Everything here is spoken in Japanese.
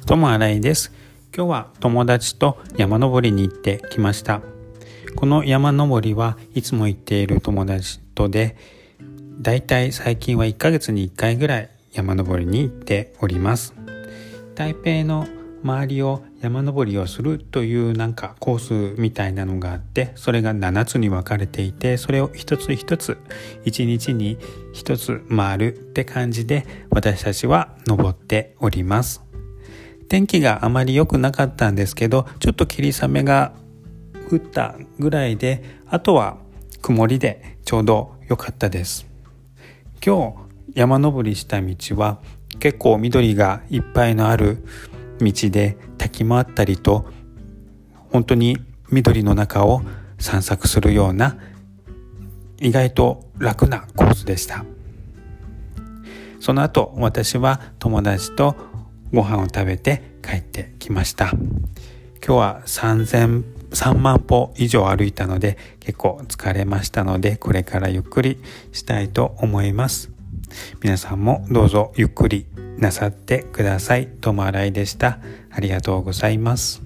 どうも新井です。今日は友達と山登りに行ってきました。この山登りはいつも行っている友達とで、だいたい最近は1ヶ月に1回ぐらい山登りに行っております。台北の周りを山登りをするというコースみたいなのがあって、それが7つに分かれていて、それを一つ一つ1日に1つ回るって感じで私たちは登っております。天気があまり良くなかったんですけど、ちょっと霧雨が降ったぐらいで、あとは曇りでちょうど良かったです。今日山登りした道は結構緑がいっぱいのある道で、滝もあったりと、本当に緑の中を散策するような意外と楽なコースでした。その後私は友達とご飯を食べて帰ってきました。今日は3万歩以上歩いたので結構疲れましたので、これからゆっくりしたいと思います。皆さんもどうぞゆっくりなさってください。どうも新井でした。ありがとうございます。